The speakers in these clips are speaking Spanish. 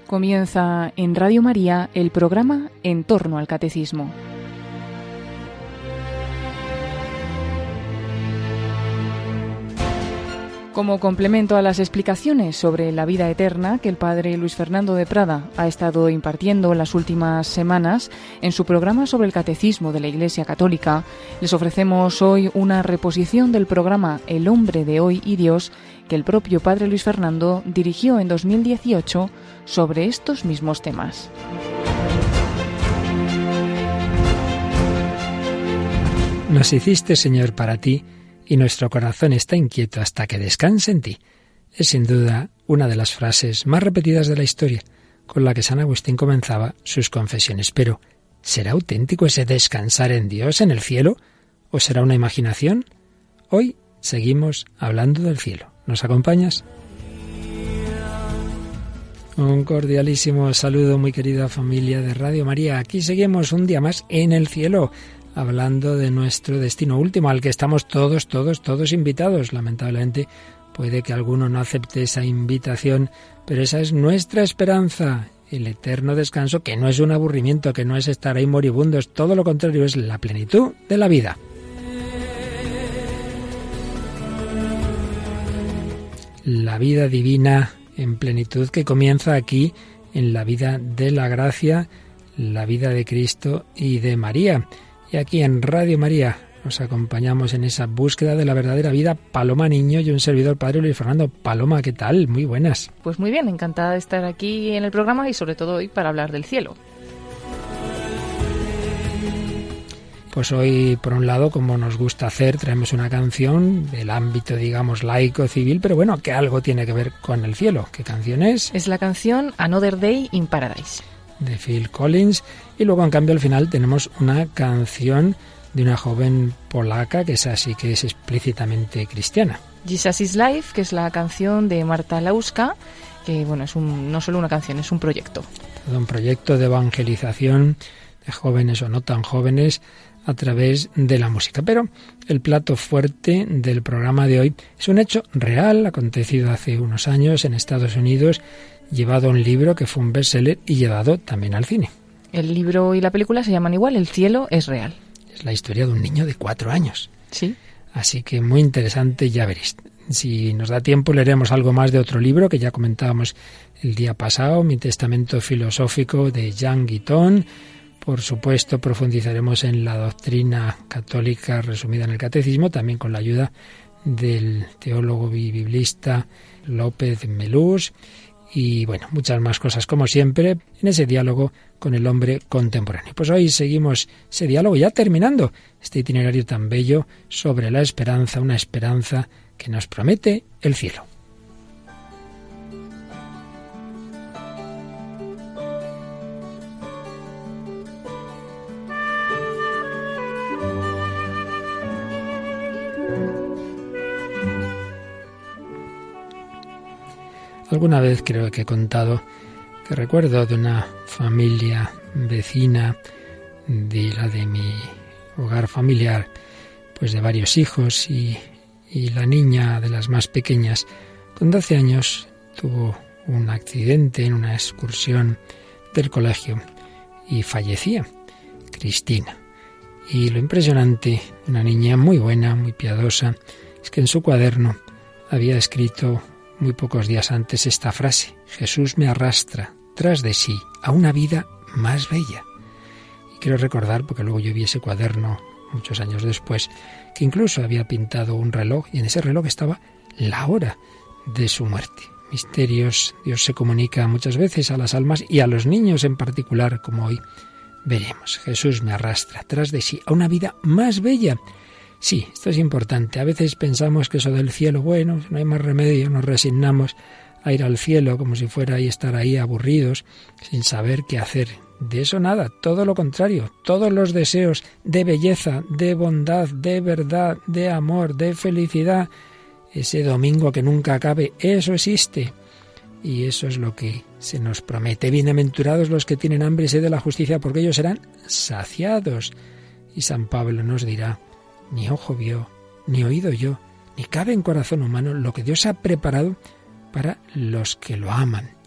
Comienza en Radio María el programa En torno al Catecismo. Como complemento a las explicaciones sobre la vida eterna que el padre Luis Fernando de Prada ha estado impartiendo las últimas semanas en su programa sobre el Catecismo de la Iglesia Católica, les ofrecemos hoy una reposición del programa El hombre de hoy y Dios que el propio padre Luis Fernando dirigió en 2018 sobre estos mismos temas. Nos hiciste, Señor, para ti, y nuestro corazón está inquieto hasta que descanse en ti. Es sin duda una de las frases más repetidas de la historia, con la que San Agustín comenzaba sus confesiones. Pero, ¿será auténtico ese descansar en Dios, en el cielo? ¿O será una imaginación? Hoy seguimos hablando del cielo. ¿Nos acompañas? Un cordialísimo saludo, muy querida familia de Radio María. Aquí seguimos un día más en el cielo, hablando de nuestro destino último, al que estamos todos invitados. Lamentablemente puede que alguno no acepte esa invitación, pero esa es nuestra esperanza, el eterno descanso, que no es un aburrimiento, que no es estar ahí moribundos, todo lo contrario, es la plenitud de la vida. La vida divina en plenitud que comienza aquí en la vida de la gracia, la vida de Cristo y de María. Y aquí en Radio María nos acompañamos en esa búsqueda de la verdadera vida, Paloma Niño y un servidor, padre Luis Fernando. Paloma, ¿qué tal? Muy buenas. Pues muy bien, encantada de estar aquí en el programa y sobre todo hoy para hablar del cielo. Pues hoy, por un lado, como nos gusta hacer, traemos una canción del ámbito, digamos, laico, civil, pero bueno, que algo tiene que ver con el cielo. ¿Qué canción es? Es la canción Another Day in Paradise, de Phil Collins, y luego en cambio al final tenemos una canción de una joven polaca que es así, que es explícitamente cristiana. Jesus is Life, que es la canción de Marta Lauska, que bueno, es no solo una canción, es un proyecto. Todo un proyecto de evangelización de jóvenes o no tan jóvenes a través de la música. Pero el plato fuerte del programa de hoy es un hecho real, acontecido hace unos años en Estados Unidos, llevado a un libro que fue un bestseller y llevado también al cine. El libro y la película se llaman igual, El cielo es real. Es la historia de un niño de 4 años. Sí. Así que muy interesante, ya veréis. Si nos da tiempo leeremos algo más de otro libro que ya comentábamos el día pasado, Mi testamento filosófico, de Jean Guitton. Por supuesto, profundizaremos en la doctrina católica resumida en el Catecismo, también con la ayuda del teólogo y biblista López Melús. Y bueno, muchas más cosas como siempre en ese diálogo con el hombre contemporáneo. Pues hoy seguimos ese diálogo ya terminando este itinerario tan bello sobre la esperanza, una esperanza que nos promete el cielo. Alguna vez creo que he contado que recuerdo de una familia vecina de la de mi hogar familiar, pues de varios hijos, y la niña de las más pequeñas, con 12 años, tuvo un accidente en una excursión del colegio y fallecía, Cristina. Y lo impresionante, una niña muy buena, muy piadosa, es que en su cuaderno había escrito muy pocos días antes esta frase: Jesús me arrastra tras de sí a una vida más bella. Y quiero recordar, porque luego yo vi ese cuaderno muchos años después, que incluso había pintado un reloj y en ese reloj estaba la hora de su muerte. Misterios, Dios se comunica muchas veces a las almas y a los niños en particular, como hoy veremos. Jesús me arrastra tras de sí a una vida más bella. Sí, esto es importante. A veces pensamos que eso del cielo, bueno, no hay más remedio, nos resignamos a ir al cielo como si fuera y estar ahí aburridos, sin saber qué hacer. De eso nada, todo lo contrario. Todos los deseos de belleza, de bondad, de verdad, de amor, de felicidad, ese domingo que nunca acabe, eso existe. Y eso es lo que se nos promete. Bienaventurados los que tienen hambre y sed de la justicia, porque ellos serán saciados. Y San Pablo nos dirá: ni ojo vio, ni oído oyó, ni cabe en corazón humano lo que Dios ha preparado para los que lo aman.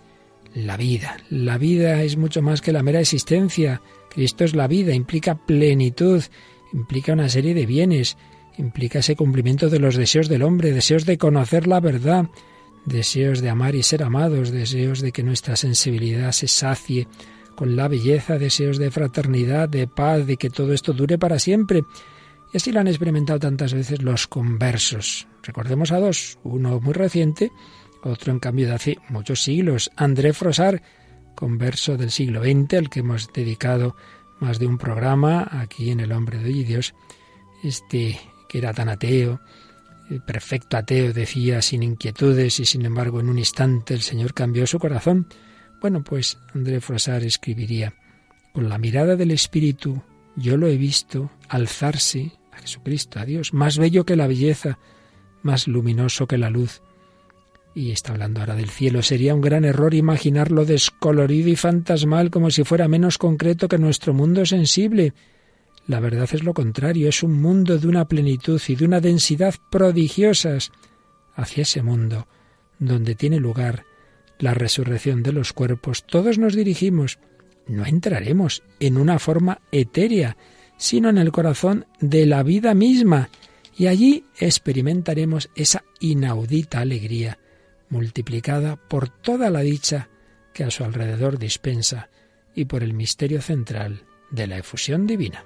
la vida. La vida es mucho más que la mera existencia. Cristo es la vida, implica plenitud, implica una serie de bienes, implica ese cumplimiento de los deseos del hombre, deseos de conocer la verdad, deseos de amar y ser amados, deseos de que nuestra sensibilidad se sacie con la belleza, deseos de fraternidad, de paz, de que todo esto dure para siempre. Y así lo han experimentado tantas veces los conversos. Recordemos a dos, uno muy reciente, otro en cambio de hace muchos siglos. André Froissart, converso del siglo XX, al que hemos dedicado más de un programa aquí en El Hombre de Hoy y Dios, que era tan ateo, perfecto ateo, decía, sin inquietudes, y sin embargo en un instante el Señor cambió su corazón. Bueno, pues André Froissart escribiría: con la mirada del Espíritu yo lo he visto alzarse a Jesucristo, a Dios, más bello que la belleza, más luminoso que la luz. Y está hablando ahora del cielo. Sería un gran error imaginarlo descolorido y fantasmal, como si fuera menos concreto que nuestro mundo sensible. La verdad es lo contrario, es un mundo de una plenitud y de una densidad prodigiosas. Hacia ese mundo, donde tiene lugar la resurrección de los cuerpos, todos nos dirigimos. No entraremos en una forma etérea, sino en el corazón de la vida misma, y allí experimentaremos esa inaudita alegría, multiplicada por toda la dicha que a su alrededor dispensa y por el misterio central de la efusión divina.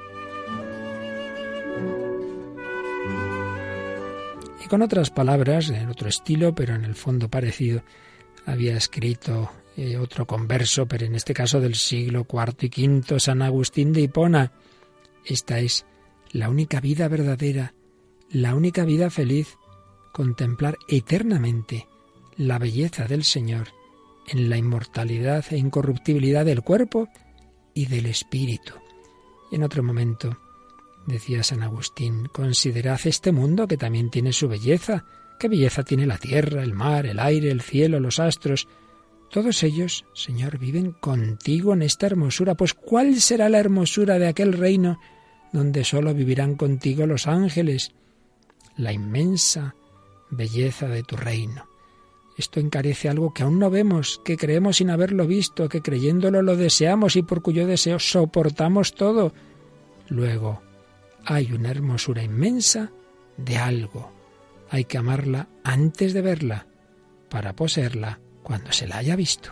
Y con otras palabras, en otro estilo, pero en el fondo parecido, había escrito otro converso, pero en este caso del siglo IV y V, San Agustín de Hipona: esta es la única vida verdadera, la única vida feliz, contemplar eternamente la belleza del Señor en la inmortalidad e incorruptibilidad del cuerpo y del espíritu. Y en otro momento decía San Agustín: considerad este mundo que también tiene su belleza. ¿Qué belleza tiene la tierra, el mar, el aire, el cielo, los astros? Todos ellos, Señor, viven contigo en esta hermosura. Pues ¿cuál será la hermosura de aquel reino donde solo vivirán contigo los ángeles? La inmensa belleza de tu reino. Esto encarece algo que aún no vemos, que creemos sin haberlo visto, que creyéndolo lo deseamos y por cuyo deseo soportamos todo. Luego, hay una hermosura inmensa de algo. Hay que amarla antes de verla, para poseerla cuando se la haya visto.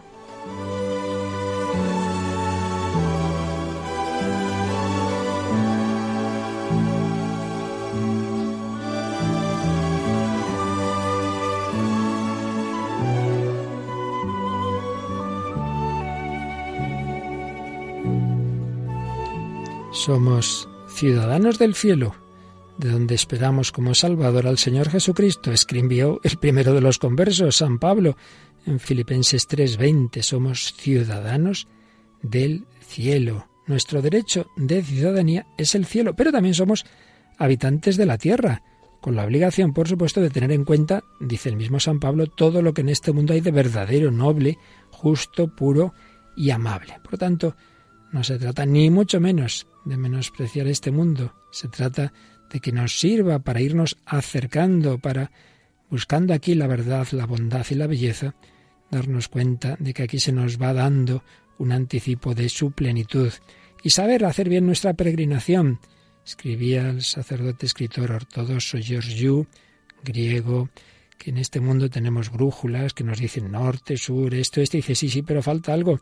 Somos ciudadanos del cielo, de donde esperamos como Salvador al Señor Jesucristo. Escribió el primero de los conversos, San Pablo, en Filipenses 3:20. Somos ciudadanos del cielo. Nuestro derecho de ciudadanía es el cielo, pero también somos habitantes de la tierra, con la obligación, por supuesto, de tener en cuenta, dice el mismo San Pablo, todo lo que en este mundo hay de verdadero, noble, justo, puro y amable. Por lo tanto, no se trata ni mucho menos de menospreciar este mundo. Se trata de que nos sirva para irnos acercando, para, buscando aquí la verdad, la bondad y la belleza, darnos cuenta de que aquí se nos va dando un anticipo de su plenitud y saber hacer bien nuestra peregrinación. Escribía el sacerdote escritor ortodoxo Georgiou, griego, que en este mundo tenemos brújulas que nos dicen norte, sur, esto, y dice sí, pero falta algo,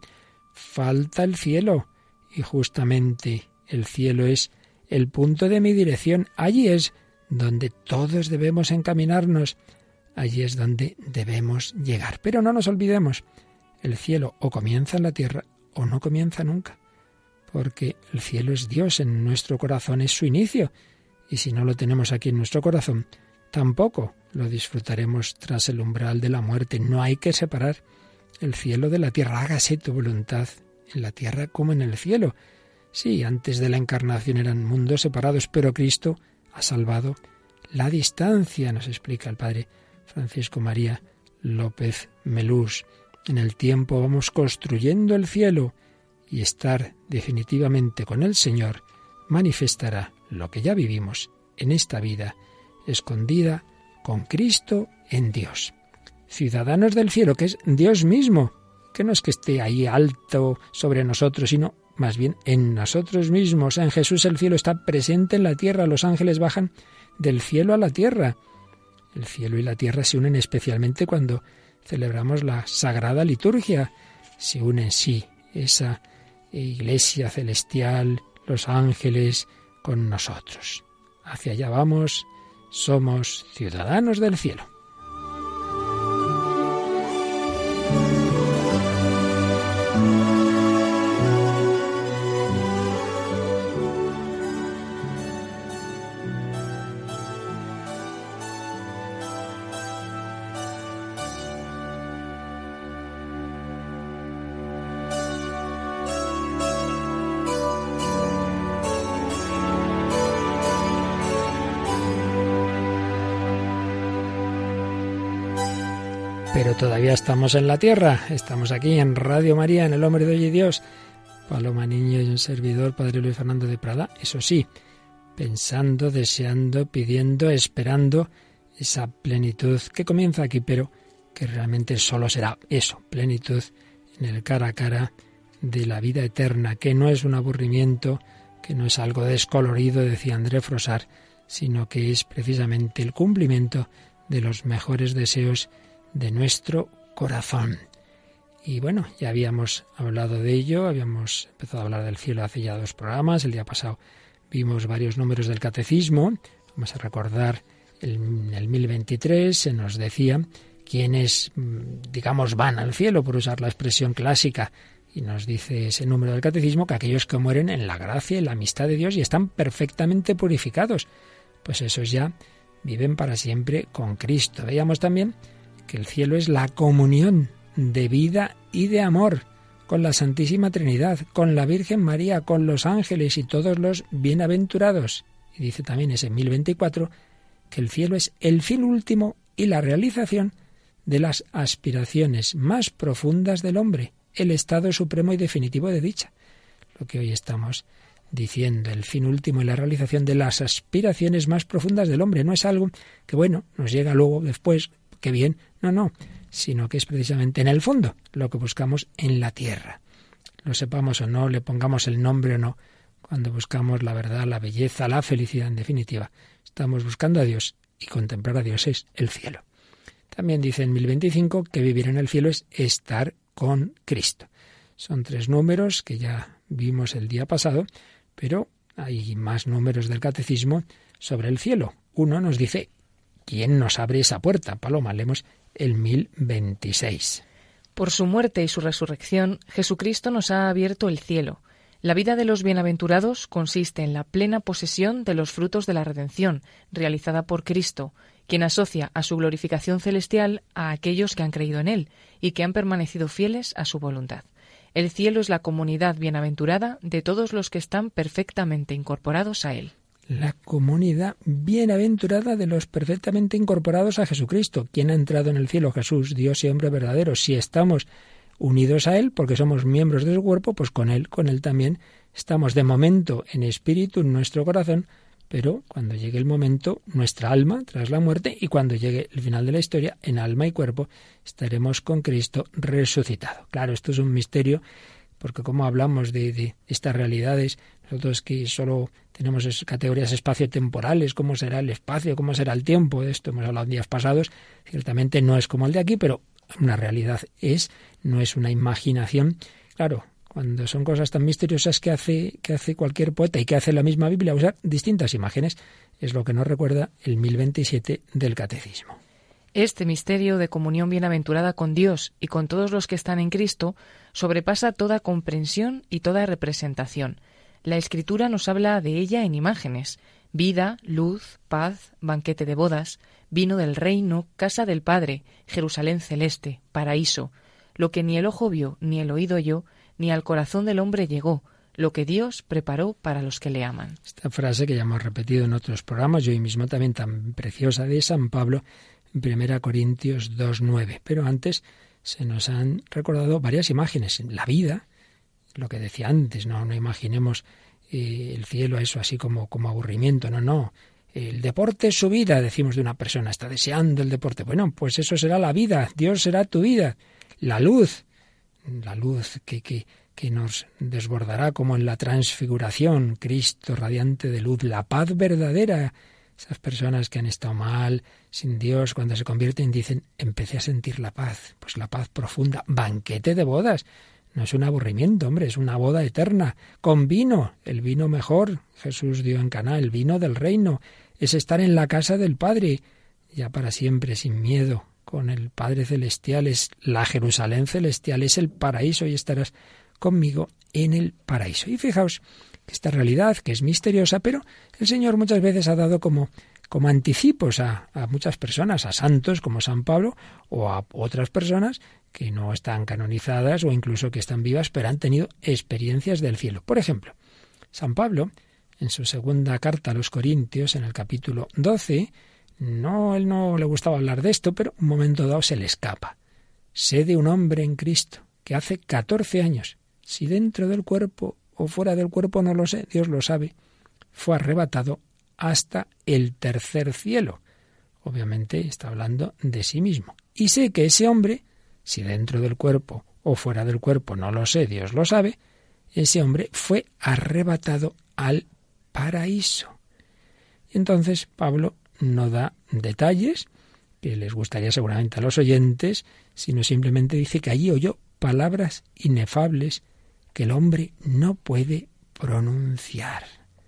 falta el cielo, y justamente el cielo es el punto de mi dirección. Allí es donde todos debemos encaminarnos, allí es donde debemos llegar. Pero no nos olvidemos, el cielo o comienza en la tierra o no comienza nunca, porque el cielo es Dios, en nuestro corazón es su inicio, y si no lo tenemos aquí en nuestro corazón, tampoco lo disfrutaremos tras el umbral de la muerte. No hay que separar el cielo de la tierra. Hágase tu voluntad en la tierra como en el cielo. Sí, antes de la encarnación eran mundos separados, pero Cristo ha salvado la distancia, nos explica el padre Francisco María López Melús. En el tiempo vamos construyendo el cielo, y estar definitivamente con el Señor manifestará lo que ya vivimos en esta vida, escondida con Cristo en Dios. Ciudadanos del cielo, que es Dios mismo, que no es que esté ahí alto sobre nosotros, sino más bien en nosotros mismos. En Jesús el cielo está presente en la tierra, los ángeles bajan del cielo a la tierra. El cielo y la tierra se unen especialmente cuando celebramos la Sagrada Liturgia. Se unen, sí, esa Iglesia celestial, los ángeles con nosotros. Hacia allá vamos, somos ciudadanos del cielo. Pero todavía estamos en la tierra, estamos aquí en Radio María, en El Hombre de Hoy y Dios. Paloma Niño y un servidor, Padre Luis Fernando de Prada, eso sí, pensando, deseando, pidiendo, esperando esa plenitud que comienza aquí, pero que realmente solo será eso, plenitud en el cara a cara de la vida eterna, que no es un aburrimiento, que no es algo descolorido, decía André Frossard, sino que es precisamente el cumplimiento de los mejores deseos de nuestro corazón. Y bueno, ya habíamos hablado de ello, habíamos empezado a hablar del cielo hace ya 2 programas, el día pasado vimos varios números del catecismo, vamos a recordar en el 1023 se nos decía quiénes, digamos, van al cielo, por usar la expresión clásica, y nos dice ese número del catecismo que aquellos que mueren en la gracia y la amistad de Dios y están perfectamente purificados, pues esos ya viven para siempre con Cristo. Veíamos también que el cielo es la comunión de vida y de amor con la Santísima Trinidad, con la Virgen María, con los ángeles y todos los bienaventurados. Y dice también ese 1024 que el cielo es el fin último y la realización de las aspiraciones más profundas del hombre, el estado supremo y definitivo de dicha. Lo que hoy estamos diciendo, el fin último y la realización de las aspiraciones más profundas del hombre. No es algo que, bueno, nos llega luego, después, qué bien, no, sino que es precisamente en el fondo lo que buscamos en la tierra. Lo sepamos o no, le pongamos el nombre o no, cuando buscamos la verdad, la belleza, la felicidad en definitiva, estamos buscando a Dios y contemplar a Dios es el cielo. También dice en 1025 que vivir en el cielo es estar con Cristo. Son 3 números que ya vimos el día pasado, pero hay más números del catecismo sobre el cielo. Uno nos dice, ¿quién nos abre esa puerta? Paloma, leemos el 1026. Por su muerte y su resurrección, Jesucristo nos ha abierto el cielo. La vida de los bienaventurados consiste en la plena posesión de los frutos de la redención, realizada por Cristo, quien asocia a su glorificación celestial a aquellos que han creído en Él y que han permanecido fieles a su voluntad. El cielo es la comunidad bienaventurada de todos los que están perfectamente incorporados a Él. La comunidad bienaventurada de los perfectamente incorporados a Jesucristo. ¿Quién ha entrado en el cielo? Jesús, Dios y hombre verdadero. Si estamos unidos a Él, porque somos miembros de su cuerpo, pues con Él también estamos de momento en espíritu, en nuestro corazón, pero cuando llegue el momento, nuestra alma, tras la muerte, y cuando llegue el final de la historia, en alma y cuerpo, estaremos con Cristo resucitado. Claro, esto es un misterio, porque como hablamos de estas realidades, nosotros que solo tenemos categorías espaciotemporales, cómo será el espacio, cómo será el tiempo, de esto hemos hablado en días pasados, ciertamente no es como el de aquí, pero una realidad no es una imaginación. Claro, cuando son cosas tan misteriosas que hace cualquier poeta y que hace la misma Biblia, usar distintas imágenes, es lo que nos recuerda el 1027 del Catecismo. Este misterio de comunión bienaventurada con Dios y con todos los que están en Cristo sobrepasa toda comprensión y toda representación. La Escritura nos habla de ella en imágenes: vida, luz, paz, banquete de bodas, vino del reino, casa del Padre, Jerusalén celeste, paraíso, lo que ni el ojo vio, ni el oído oyó, ni al corazón del hombre llegó, lo que Dios preparó para los que le aman. Esta frase que ya hemos repetido en otros programas, y hoy mismo también tan preciosa, de San Pablo, en 1 Corintios 2:9. Pero antes se nos han recordado varias imágenes. La vida, lo que decía antes, no imaginemos el cielo, eso así como aburrimiento, no. El deporte es su vida, decimos de una persona, está deseando el deporte. Bueno, pues eso será la vida, Dios será tu vida. La luz, la luz que nos desbordará como en la transfiguración, Cristo radiante de luz, la paz verdadera. Esas personas que han estado mal, sin Dios, cuando se convierten dicen, empecé a sentir la paz, pues la paz profunda, banquete de bodas. No es un aburrimiento, hombre, es una boda eterna, con vino, el vino mejor, Jesús dio en Caná, el vino del reino, es estar en la casa del Padre, ya para siempre, sin miedo, con el Padre Celestial, es la Jerusalén celestial, es el paraíso y estarás conmigo en el paraíso. Y fijaos que esta realidad, que es misteriosa, pero el Señor muchas veces ha dado como anticipos a muchas personas, a santos como San Pablo o a otras personas que no están canonizadas o incluso que están vivas, pero han tenido experiencias del cielo. Por ejemplo, San Pablo, en su segunda carta a los Corintios, en el capítulo 12, él no le gustaba hablar de esto, pero un momento dado se le escapa. Sé de un hombre en Cristo que hace 14 años, si dentro del cuerpo o fuera del cuerpo no lo sé, Dios lo sabe, fue arrebatado hasta el tercer cielo. Obviamente está hablando de sí mismo. Y sé que ese hombre, si dentro del cuerpo o fuera del cuerpo no lo sé, Dios lo sabe, ese hombre fue arrebatado al paraíso. Y entonces Pablo no da detalles que les gustaría seguramente a los oyentes, sino simplemente dice que allí oyó palabras inefables que el hombre no puede pronunciar.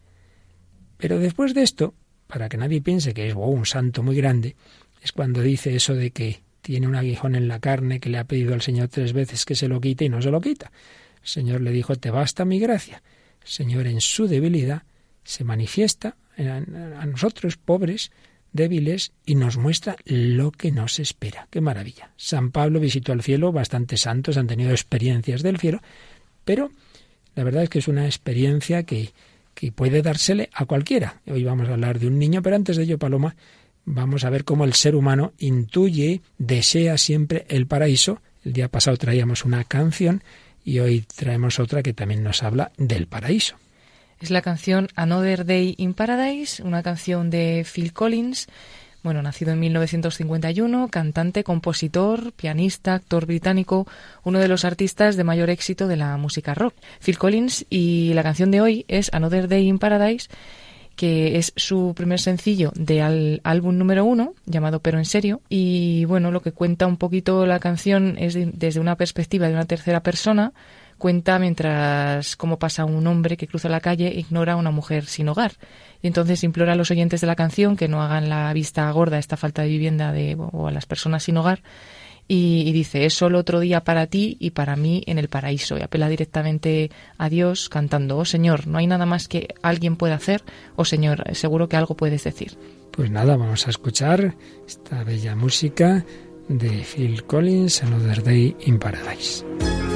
Pero después de esto, para que nadie piense que es un santo muy grande, es cuando dice eso de que tiene un aguijón en la carne, que le ha pedido al Señor 3 veces que se lo quite y no se lo quita. El Señor le dijo, te basta mi gracia. El Señor en su debilidad se manifiesta a nosotros, pobres, débiles, y nos muestra lo que nos espera. ¡Qué maravilla! San Pablo visitó el cielo, bastantes santos han tenido experiencias del cielo, pero la verdad es que es una experiencia que puede dársele a cualquiera. Hoy vamos a hablar de un niño, pero antes de ello, Paloma, vamos a ver cómo el ser humano intuye, desea siempre el paraíso. El día pasado traíamos una canción y hoy traemos otra que también nos habla del paraíso. Es la canción Another Day in Paradise, una canción de Phil Collins, nacido en 1951, cantante, compositor, pianista, actor británico, uno de los artistas de mayor éxito de la música rock. Phil Collins, y la canción de hoy es Another Day in Paradise, que es su primer sencillo de álbum número 1, llamado Pero en serio, y lo que cuenta un poquito la canción es desde una perspectiva de una tercera persona. Cuenta mientras cómo pasa un hombre que cruza la calle e ignora a una mujer sin hogar. Y entonces implora a los oyentes de la canción que no hagan la vista gorda a esta falta de vivienda o a las personas sin hogar. Y dice, es solo otro día para ti y para mí en el paraíso. Y apela directamente a Dios cantando, oh Señor, no hay nada más que alguien pueda hacer. Oh Señor, seguro que algo puedes decir. Pues nada, vamos a escuchar esta bella música de Phil Collins, Another Day in Paradise.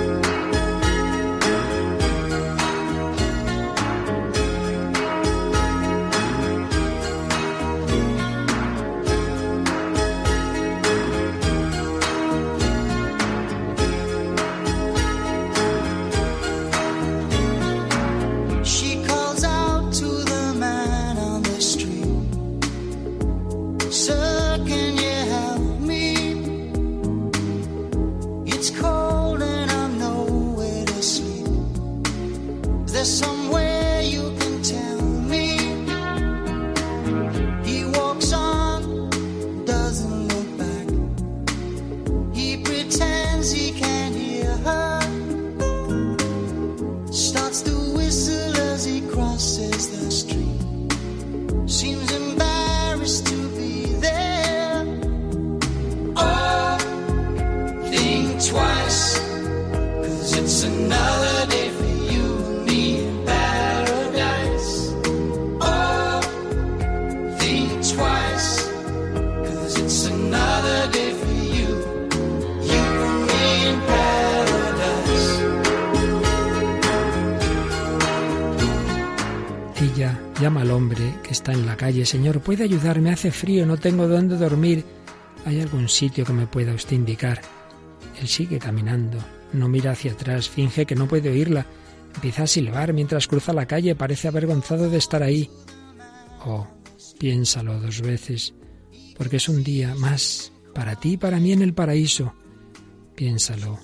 Llama al hombre que está en la calle, Señor, ¿puede ayudarme? Hace frío, no tengo dónde dormir. ¿Hay algún sitio que me pueda usted indicar? Él sigue caminando, no mira hacia atrás, finge que no puede oírla. Empieza a silbar mientras cruza la calle, parece avergonzado de estar ahí. Oh, piénsalo 2 veces, porque es un día más para ti y para mí en el paraíso. Piénsalo,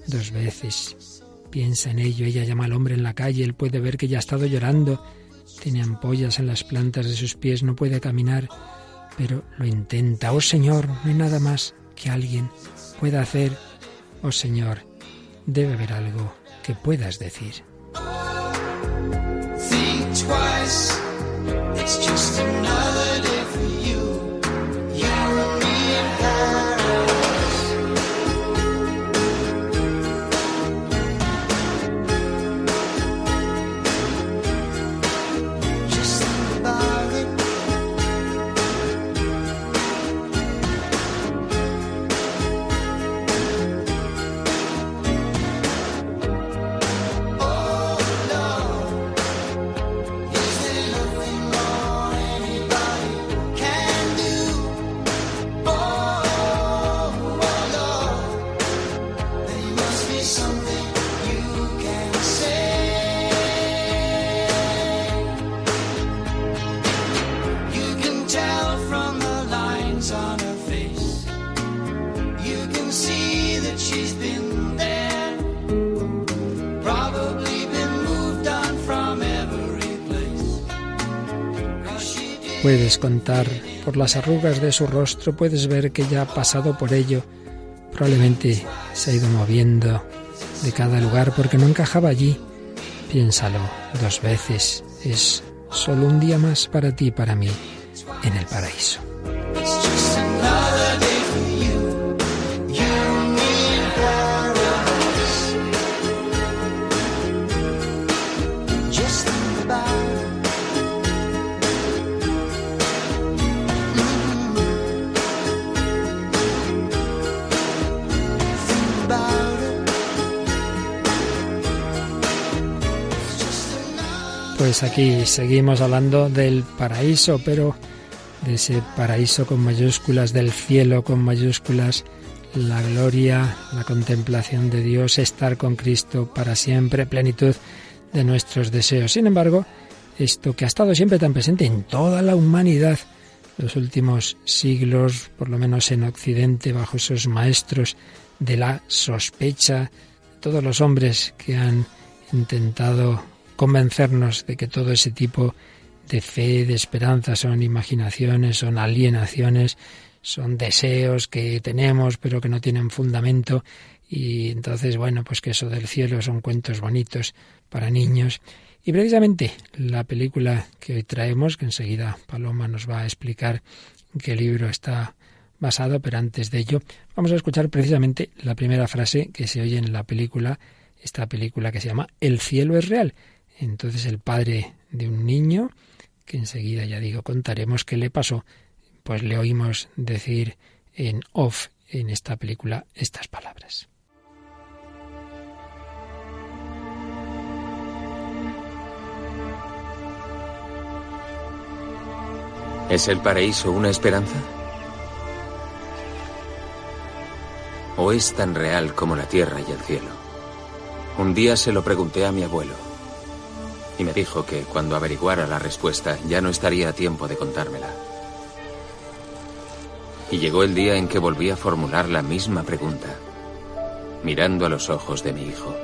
2 veces. Piensa en ello, ella llama al hombre en la calle, él puede ver que ya ha estado llorando, tiene ampollas en las plantas de sus pies, no puede caminar, pero lo intenta. Oh Señor, no hay nada más que alguien pueda hacer. Oh Señor, debe haber algo que puedas decir. Think twice, it's just another day for you, you and me in paradise. Just think about it. Puedes contar por las arrugas de su rostro, puedes ver que ya ha pasado por ello. Probablemente se ha ido moviendo de cada lugar porque no encajaba allí. Piénsalo 2 veces. Es solo un día más para ti y para mí en el paraíso. Pues aquí seguimos hablando del paraíso, pero de ese paraíso con mayúsculas, del cielo con mayúsculas, la gloria, la contemplación de Dios, estar con Cristo para siempre, plenitud de nuestros deseos. Sin embargo, esto que ha estado siempre tan presente en toda la humanidad, los últimos siglos, por lo menos en Occidente, bajo esos maestros de la sospecha, todos los hombres que han intentado convencernos de que todo ese tipo de fe, de esperanza son imaginaciones, son alienaciones, son deseos que tenemos pero que no tienen fundamento, y entonces, bueno, pues que eso del cielo son cuentos bonitos para niños. Y precisamente la película que hoy traemos, que enseguida Paloma nos va a explicar en qué libro está basado, pero antes de ello vamos a escuchar precisamente la primera frase que se oye en la película, esta película que se llama El cielo es real. Entonces el padre de un niño, que enseguida, ya digo, contaremos qué le pasó, pues le oímos decir en off en esta película estas palabras. ¿Es el paraíso una esperanza? ¿O es tan real como la tierra y el cielo? Un día se lo pregunté a mi abuelo y me dijo que cuando averiguara la respuesta ya no estaría a tiempo de contármela. Y llegó el día en que volví a formular la misma pregunta, mirando a los ojos de mi hijo.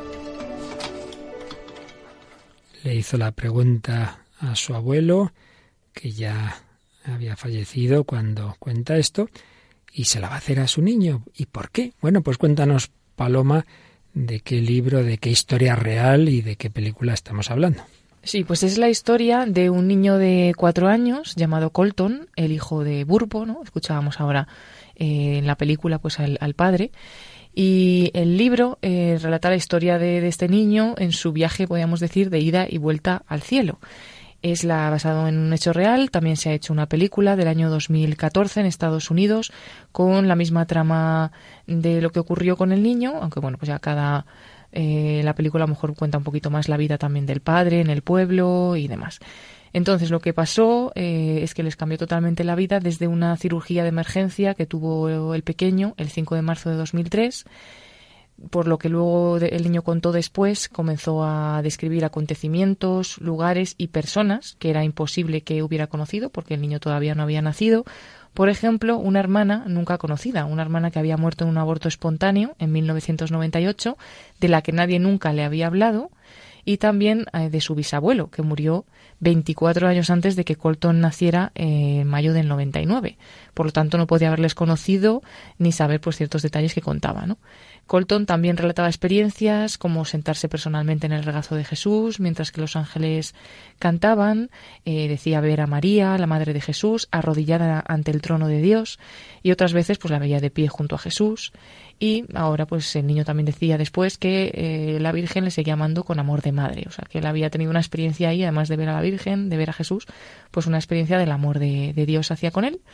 Le hizo la pregunta a su abuelo, que ya había fallecido cuando cuenta esto, y se la va a hacer a su niño. ¿Y por qué? Bueno, pues cuéntanos, Paloma, de qué libro, de qué historia real y de qué película estamos hablando. Sí, pues es la historia de un niño de 4 años llamado Colton, el hijo de Burpo, ¿no? Escuchábamos ahora en la película pues al padre. Y el libro relata la historia de este niño en su viaje, podríamos decir, de ida y vuelta al cielo. Es basado en un hecho real. También se ha hecho una película del año 2014 en Estados Unidos con la misma trama de lo que ocurrió con el niño, aunque bueno, pues ya la película a lo mejor cuenta un poquito más la vida también del padre en el pueblo y demás. Entonces lo que pasó es que les cambió totalmente la vida desde una cirugía de emergencia que tuvo el pequeño el 5 de marzo de 2003, por lo que luego el niño contó después, comenzó a describir acontecimientos, lugares y personas que era imposible que hubiera conocido porque el niño todavía no había nacido, Por ejemplo, una hermana nunca conocida, una hermana que había muerto en un aborto espontáneo en 1998, de la que nadie nunca le había hablado, y también de su bisabuelo, que murió 24 años antes de que Colton naciera en mayo del 99. Por lo tanto, no podía haberles conocido ni saber pues ciertos detalles que contaba, ¿no? Colton también relataba experiencias como sentarse personalmente en el regazo de Jesús mientras que los ángeles cantaban, decía ver a María, la Madre de Jesús, arrodillada ante el trono de Dios, y otras veces pues la veía de pie junto a Jesús. Y ahora pues el niño también decía después que la Virgen le seguía amando con amor de madre, o sea que él había tenido una experiencia ahí, además de ver a la Virgen, de ver a Jesús, pues una experiencia del amor de Dios hacia con él.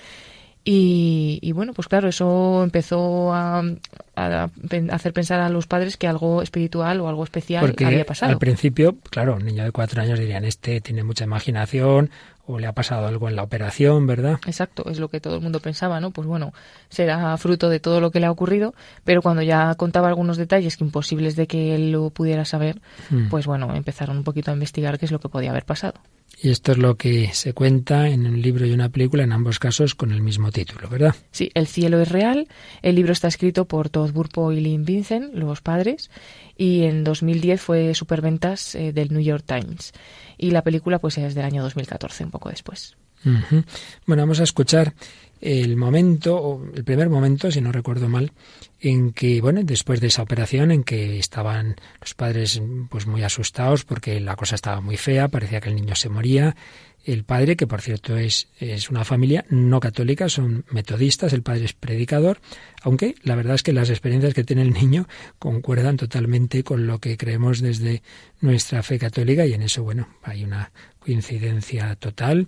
Y bueno, pues claro, eso empezó a hacer pensar a los padres que algo espiritual o algo especial Porque había pasado. Al principio, claro, un niño de 4 años dirían, este tiene mucha imaginación o le ha pasado algo en la operación, ¿verdad? Exacto, es lo que todo el mundo pensaba, ¿no? Pues bueno, será fruto de todo lo que le ha ocurrido, pero cuando ya contaba algunos detalles que imposibles de que él lo pudiera saber, pues bueno, empezaron un poquito a investigar qué es lo que podía haber pasado. Y esto es lo que se cuenta en un libro y una película, en ambos casos con el mismo título, ¿verdad? Sí, El cielo es real. El libro está escrito por Todd Burpo y Lynn Vincent, los padres, y en 2010 fue superventas del New York Times. Y la película pues es del año 2014, un poco después. Uh-huh. Bueno, vamos a escuchar el momento, o el primer momento, si no recuerdo mal, en que, bueno, después de esa operación en que estaban los padres pues muy asustados porque la cosa estaba muy fea, parecía que el niño se moría. El padre, que por cierto es una familia no católica, son metodistas, el padre es predicador, aunque la verdad es que las experiencias que tiene el niño concuerdan totalmente con lo que creemos desde nuestra fe católica y en eso, bueno, hay una coincidencia total.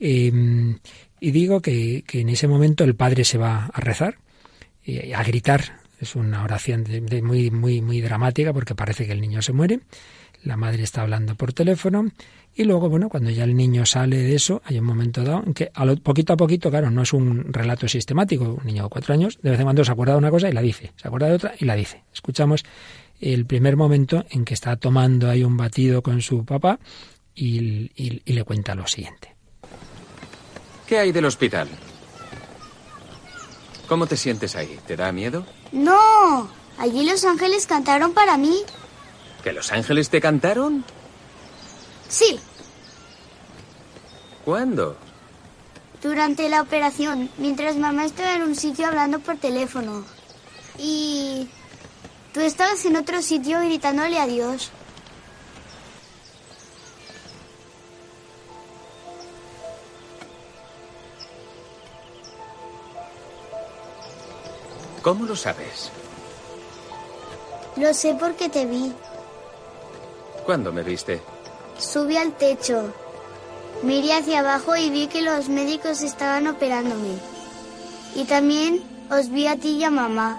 Y digo que en ese momento el padre se va a rezar, a gritar. Es una oración muy, muy, muy dramática porque parece que el niño se muere. La madre está hablando por teléfono y luego, bueno, cuando ya el niño sale de eso, hay un momento dado en que poquito a poquito, claro, no es un relato sistemático. Un niño de 4 años de vez en cuando se acuerda de una cosa y la dice, se acuerda de otra y la dice. Escuchamos el primer momento en que está tomando ahí un batido con su papá y le cuenta lo siguiente. ¿Qué hay del hospital? ¿Cómo te sientes ahí? ¿Te da miedo? No, allí los ángeles cantaron para mí. ¿Que los ángeles te cantaron? Sí, ¿Cuándo? durante la operación, mientras mamá estaba en un sitio hablando por teléfono. Y tú estabas en otro sitio gritándole a Dios. ¿Cómo lo sabes? Lo sé porque te vi. ¿Cuándo me viste? Subí al techo. Miré hacia abajo y vi que los médicos estaban operándome. Y también os vi a ti y a mamá.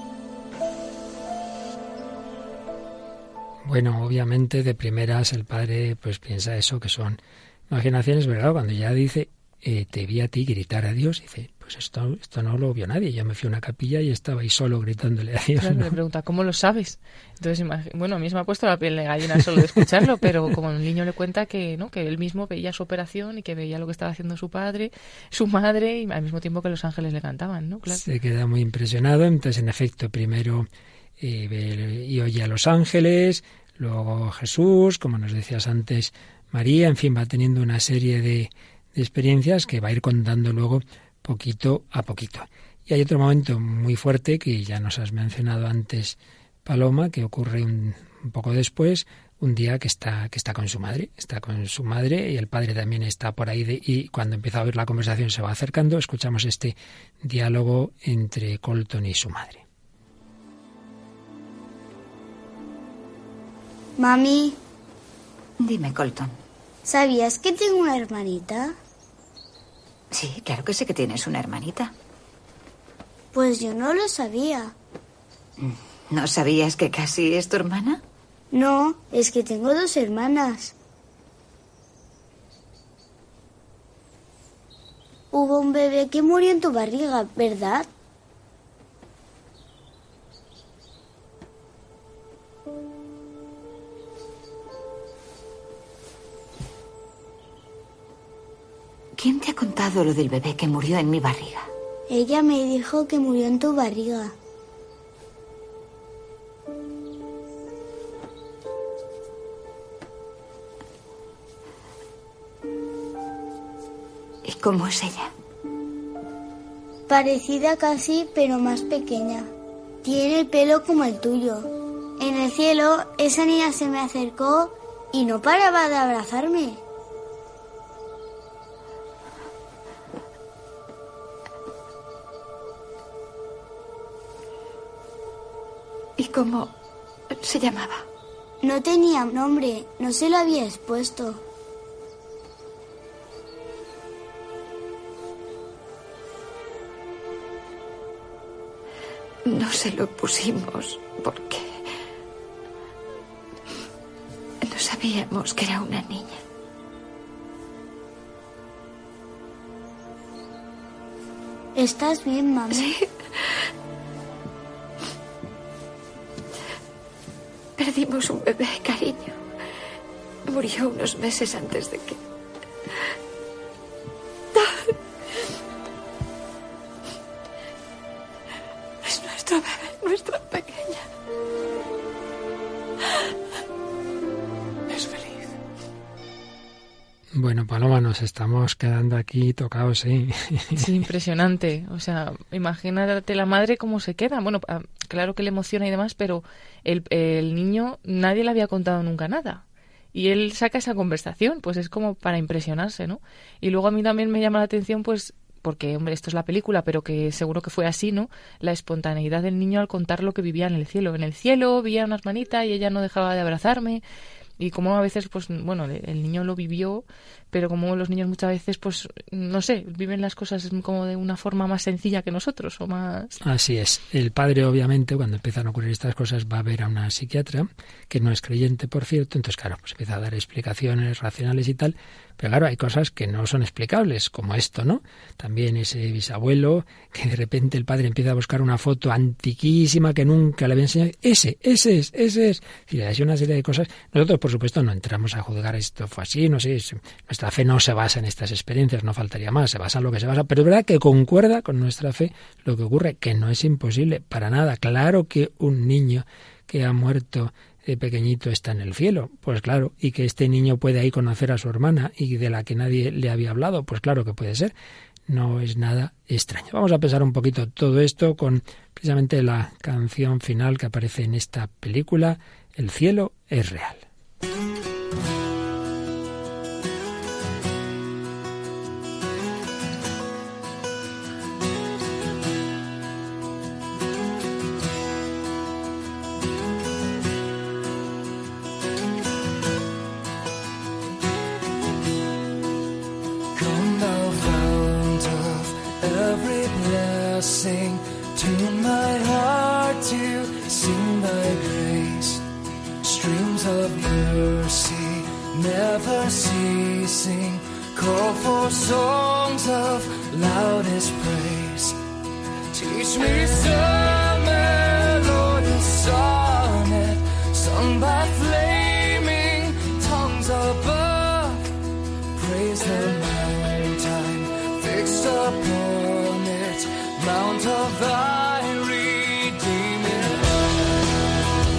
Bueno, obviamente de primeras el padre pues piensa eso, que son imaginaciones, ¿verdad? Cuando ya dice, te vi a ti gritar a Dios, dice, pues esto no lo vio nadie. Yo me fui a una capilla y estaba ahí solo gritándole a Dios. Claro, ¿no? le pregunta, ¿cómo lo sabes? Entonces, bueno, a mí se me ha puesto la piel de gallina solo de escucharlo, pero como el niño le cuenta que, ¿no?, que él mismo veía su operación y que veía lo que estaba haciendo su padre, su madre, y al mismo tiempo que los ángeles le cantaban, ¿no? Claro. Se queda muy impresionado. Entonces, en efecto, primero ve y oye a los ángeles, luego Jesús, como nos decías antes, María, en fin, va teniendo una serie de experiencias que va a ir contando luego poquito a poquito. Y hay otro momento muy fuerte que ya nos has mencionado antes, Paloma, que ocurre un poco después, un día que está con su madre, y el padre también está por ahí, y cuando empieza a oír la conversación se va acercando. Escuchamos este diálogo entre Colton y su madre. Mami, Dime, Colton. ¿sabías que tengo una hermanita? Sí, claro que sé que tienes una hermanita. Pues yo no lo sabía. ¿No sabías que casi es tu hermana? No, es que tengo 2 hermanas. Hubo un bebé que murió en tu barriga, ¿verdad? ¿Qué ¿Quién te ha contado lo del bebé que murió en mi barriga? Ella me dijo que murió en tu barriga. ¿Y cómo es ella? Parecida casi, pero más pequeña. Tiene el pelo como el tuyo. En el cielo, esa niña se me acercó y no paraba de abrazarme. ¿Y cómo se llamaba? No tenía nombre, no se lo había expuesto. No se lo pusimos porque no sabíamos que era una niña. ¿Estás bien, mamá? Sí. Perdimos un bebé, cariño. Murió unos meses antes de que... Es nuestro bebé, nuestra pequeña. Es feliz. Bueno, Paloma, nos estamos quedando aquí tocados, ¿eh? Sí, impresionante. O sea, imagínate la madre cómo se queda. Bueno, claro que le emociona y demás, pero el niño nadie le había contado nunca nada. Y él saca esa conversación, pues es como para impresionarse, ¿no? Y luego a mí también me llama la atención, pues, porque, hombre, esto es la película, pero que seguro que fue así, ¿no? La espontaneidad del niño al contar lo que vivía en el cielo. En el cielo veía una hermanita y ella no dejaba de abrazarme. Y como a veces, pues, bueno, el niño lo vivió, pero como los niños muchas veces, pues, no sé, viven las cosas como de una forma más sencilla que nosotros, o más... Así es. El padre, obviamente, cuando empiezan a ocurrir estas cosas, va a ver a una psiquiatra, que no es creyente, por cierto, entonces, claro, pues empieza a dar explicaciones racionales y tal, pero claro, hay cosas que no son explicables, como esto, ¿no? También ese bisabuelo, que de repente el padre empieza a buscar una foto antiquísima que nunca le había enseñado. Ese es. Y hay una serie de cosas. Nosotros, por supuesto, no entramos a juzgar esto fue así, no sé, nuestra fe no se basa en estas experiencias, no faltaría más, se basa en lo que se basa, pero es verdad que concuerda con nuestra fe lo que ocurre, que no es imposible para nada. Claro que un niño que ha muerto de pequeñito está en el cielo, pues claro, y que este niño puede ahí conocer a su hermana y de la que nadie le había hablado, pues claro que puede ser, no es nada extraño. Vamos a pensar un poquito todo esto con precisamente la canción final que aparece en esta película, El cielo es real. Sing to my heart to sing thy grace, streams of mercy never ceasing, call for songs of loudest praise. Teach me some melodious sonnet sung by flaming tongues above. Praise the mountain fixed upon it, mount of thy redeeming love.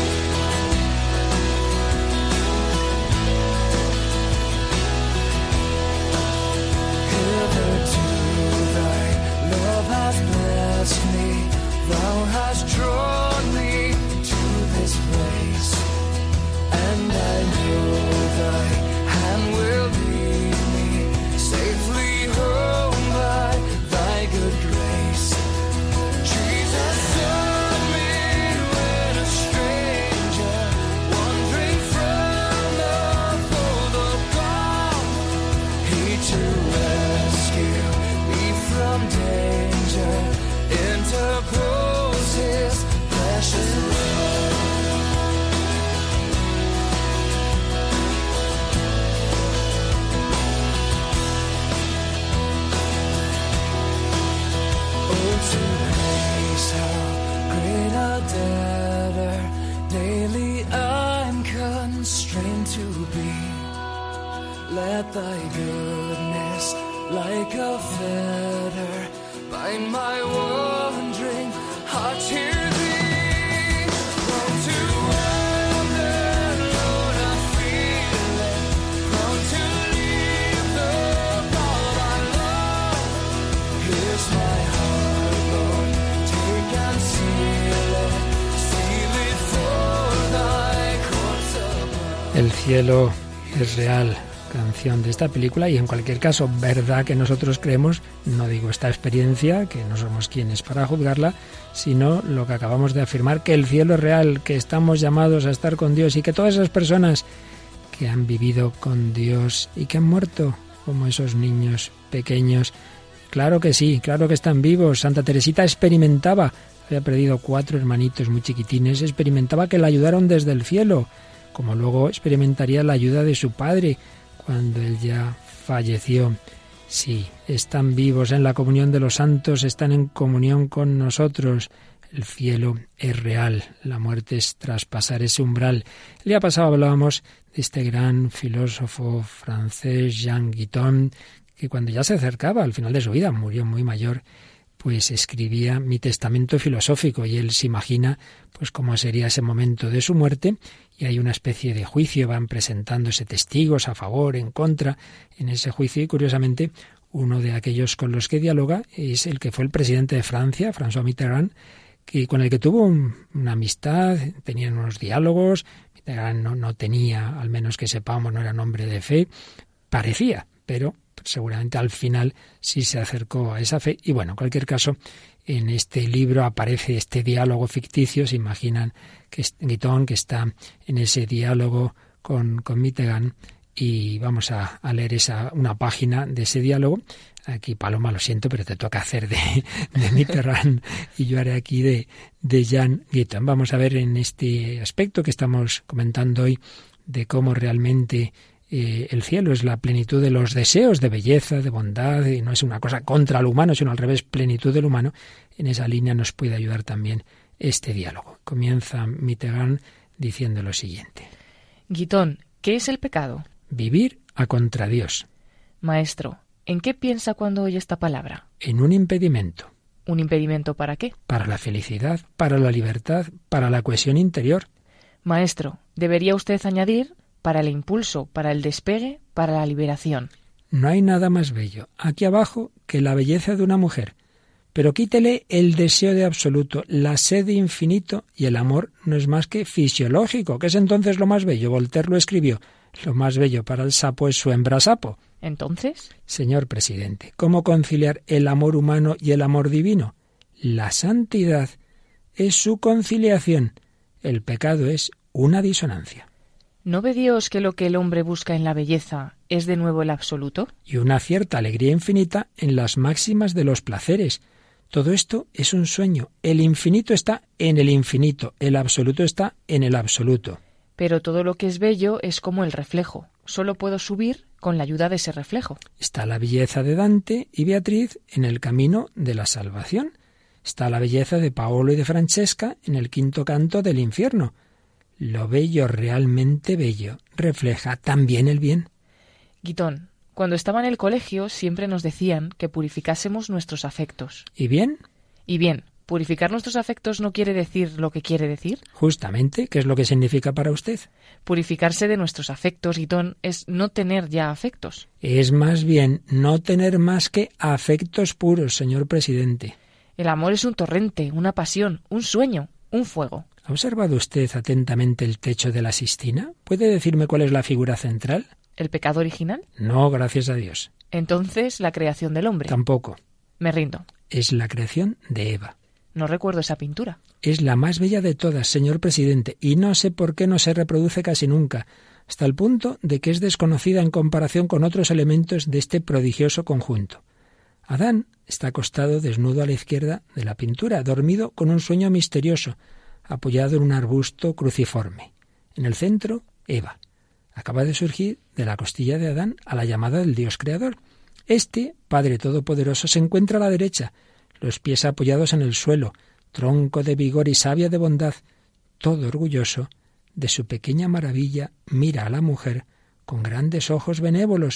Hitherto thy love has blessed me, thou hast drawn me to this place, and I know thy hand will lead me safely home by thy good grace. Jesus saw me when a stranger, wandering from the fold of God. He to rescue me from danger interposes precious love. To praise how great a debtor daily I'm constrained to be. Let thy goodness like a feather bind my wandering heart to thee. Prone to wander alone, I feel it. Prone to leave the God I love. Here's my heart, Lord, take and seal it for thy courts above. El cielo es real, canción de esta película, y en cualquier caso, verdad que nosotros creemos, no digo esta experiencia, que no somos quienes para juzgarla, sino lo que acabamos de afirmar, que el cielo es real, que estamos llamados a estar con Dios y que todas esas personas que han vivido con Dios y que han muerto, como esos niños pequeños, claro que sí, claro que están vivos. Santa Teresita experimentaba, había perdido 4 hermanitos muy chiquitines, experimentaba que la ayudaron desde el cielo, como luego experimentaría la ayuda de su padre cuando él ya falleció. Sí, están vivos en la comunión de los santos, están en comunión con nosotros. El cielo es real, la muerte es traspasar ese umbral. El día pasado hablábamos de este gran filósofo francés, Jean Guiton, que cuando ya se acercaba al final de su vida, murió muy mayor, pues escribía Mi testamento filosófico, y él se imagina pues cómo sería ese momento de su muerte, y hay una especie de juicio, van presentándose testigos a favor, en contra, en ese juicio, y curiosamente uno de aquellos con los que dialoga es el que fue el presidente de Francia, François Mitterrand, con el que tuvo una amistad, tenían unos diálogos. Mitterrand no tenía, al menos que sepamos, no era un hombre de fe, parecía, pero seguramente al final sí se acercó a esa fe. Y bueno, en cualquier caso, en este libro aparece este diálogo ficticio. Se imaginan que Guiton, que está en ese diálogo con Mitterrand, y vamos a leer una página de ese diálogo. Aquí, Paloma, lo siento, pero te toca hacer de Mitterrand y yo haré aquí de Jean Guiton. Vamos a ver en este aspecto que estamos comentando hoy de cómo realmente el cielo es la plenitud de los deseos de belleza, de bondad, y no es una cosa contra lo humano, sino al revés, plenitud del humano. En esa línea nos puede ayudar también este diálogo. Comienza Mitterrand diciendo lo siguiente. Guiton, ¿qué es el pecado? Vivir a contra Dios. Maestro, ¿en qué piensa cuando oye esta palabra? En un impedimento. ¿Un impedimento para qué? Para la felicidad, para la libertad, para la cohesión interior. Maestro, debería usted añadir para el impulso, para el despegue, para la liberación. No hay nada más bello aquí abajo que la belleza de una mujer. Pero quítele el deseo de absoluto, la sed de infinito, y el amor no es más que fisiológico. ¿Qué es entonces lo más bello? Voltaire lo escribió. Lo más bello para el sapo es su hembra sapo. ¿Entonces? Señor presidente, ¿cómo conciliar el amor humano y el amor divino? La santidad es su conciliación. El pecado es una disonancia. ¿No ve Dios que lo que el hombre busca en la belleza es de nuevo el absoluto? Y una cierta alegría infinita en las máximas de los placeres. Todo esto es un sueño. El infinito está en el infinito, el absoluto está en el absoluto. Pero todo lo que es bello es como el reflejo. Solo puedo subir con la ayuda de ese reflejo. Está la belleza de Dante y Beatriz en el camino de la salvación. Está la belleza de Paolo y de Francesca en el quinto canto del infierno. Lo bello, realmente bello, refleja también el bien. Guiton, cuando estaba en el colegio siempre nos decían que purificásemos nuestros afectos. ¿Y bien? Y bien, ¿purificar nuestros afectos no quiere decir lo que quiere decir? Justamente, ¿qué es lo que significa para usted? Purificarse de nuestros afectos, Guiton, es no tener ya afectos. Es más bien no tener más que afectos puros, señor presidente. El amor es un torrente, una pasión, un sueño, un fuego. ¿Ha observado usted atentamente el techo de la Sistina? ¿Puede decirme cuál es la figura central? ¿El pecado original? No, gracias a Dios. Entonces, la creación del hombre. Tampoco. Me rindo. Es la creación de Eva. No recuerdo esa pintura. Es la más bella de todas, señor presidente, y no sé por qué no se reproduce casi nunca, hasta el punto de que es desconocida en comparación con otros elementos de este prodigioso conjunto. Adán está acostado desnudo a la izquierda de la pintura, dormido con un sueño misterioso, apoyado en un arbusto cruciforme. En el centro, Eva. Acaba de surgir de la costilla de Adán a la llamada del Dios Creador. Este, Padre Todopoderoso, se encuentra a la derecha, los pies apoyados en el suelo, tronco de vigor y savia de bondad, todo orgulloso de su pequeña maravilla, mira a la mujer con grandes ojos benévolos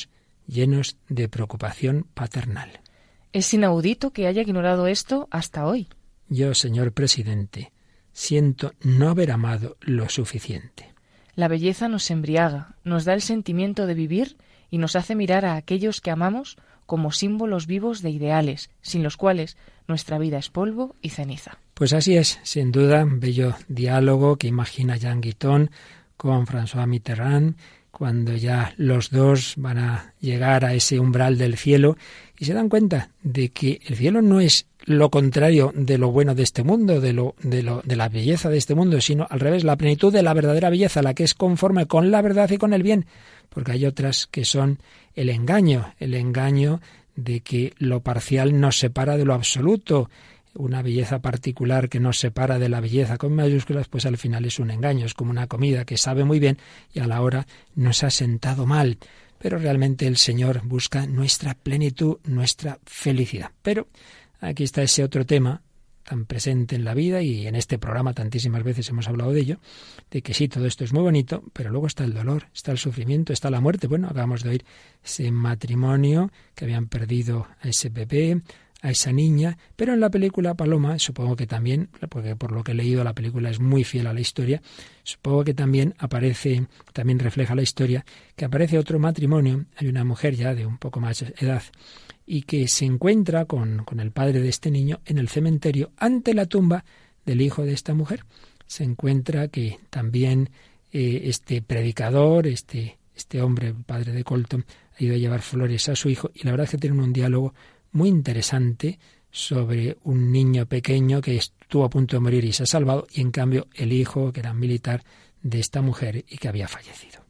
llenos de preocupación paternal. Es inaudito que haya ignorado esto hasta hoy. Yo, señor presidente, siento no haber amado lo suficiente. La belleza nos embriaga, nos da el sentimiento de vivir y nos hace mirar a aquellos que amamos como símbolos vivos de ideales, sin los cuales nuestra vida es polvo y ceniza. Pues así es, sin duda, un bello diálogo que imagina Jean Guiton con François Mitterrand, cuando ya los dos van a llegar a ese umbral del cielo y se dan cuenta de que el cielo no es lo contrario de lo bueno de este mundo, de la belleza de este mundo, sino al revés, la plenitud de la verdadera belleza, la que es conforme con la verdad y con el bien, porque hay otras que son el engaño de que lo parcial nos separa de lo absoluto. Una belleza particular que nos separa de la belleza con mayúsculas, pues al final es un engaño, es como una comida que sabe muy bien y a la hora nos ha sentado mal. Pero realmente el Señor busca nuestra plenitud, nuestra felicidad. Pero aquí está ese otro tema tan presente en la vida y en este programa tantísimas veces hemos hablado de ello, de que sí, todo esto es muy bonito, pero luego está el dolor, está el sufrimiento, está la muerte. Bueno, acabamos de oír ese matrimonio que habían perdido a ese bebé, a esa niña, pero en la película Paloma, supongo que también, porque por lo que he leído la película es muy fiel a la historia, supongo que también refleja la historia, que aparece otro matrimonio, hay una mujer ya de un poco más edad, y que se encuentra con el padre de este niño en el cementerio ante la tumba del hijo de esta mujer. Se encuentra que también este predicador, este hombre, el padre de Colton, ha ido a llevar flores a su hijo y la verdad es que tienen un diálogo muy interesante sobre un niño pequeño que estuvo a punto de morir y se ha salvado, y en cambio el hijo, que era militar de esta mujer y que había fallecido.